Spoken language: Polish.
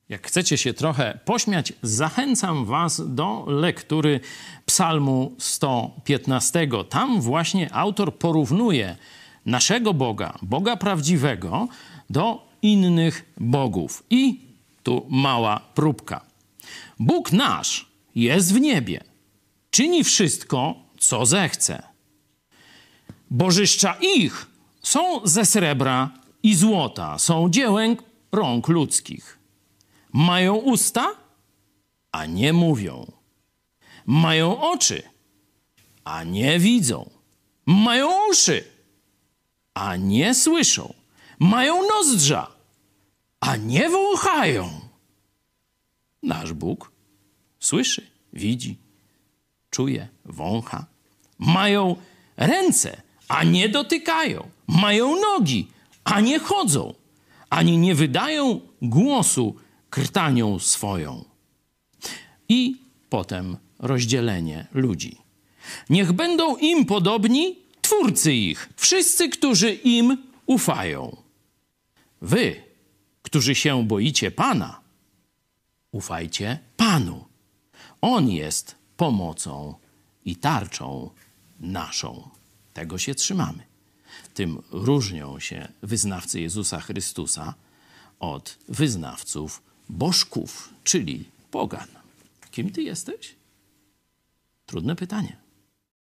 Jak chcecie się trochę pośmiać, zachęcam was do lektury Psalmu 115. Tam właśnie autor porównuje naszego Boga, Boga prawdziwego, do innych bogów. I tu mała próbka. Bóg nasz jest w niebie. Czyni wszystko, co zechce. Bożyszcza ich są ze srebra i złota, są dziełem rąk ludzkich. Mają usta, a nie mówią. Mają oczy, a nie widzą. Mają uszy, a nie słyszą. Mają nozdrza, a nie wąchają. Nasz Bóg słyszy, widzi, czuje, wącha. Mają ręce, a nie dotykają. Mają nogi, a nie chodzą. Ani nie wydają głosu krtanią swoją. I potem rozdzielenie ludzi. Niech będą im podobni twórcy ich, wszyscy, którzy im ufają. Wy, którzy się boicie Pana, ufajcie Panu. On jest pomocą i tarczą naszą. Tego się trzymamy. Tym różnią się wyznawcy Jezusa Chrystusa od wyznawców bożków, czyli pogan. Kim ty jesteś? Trudne pytanie.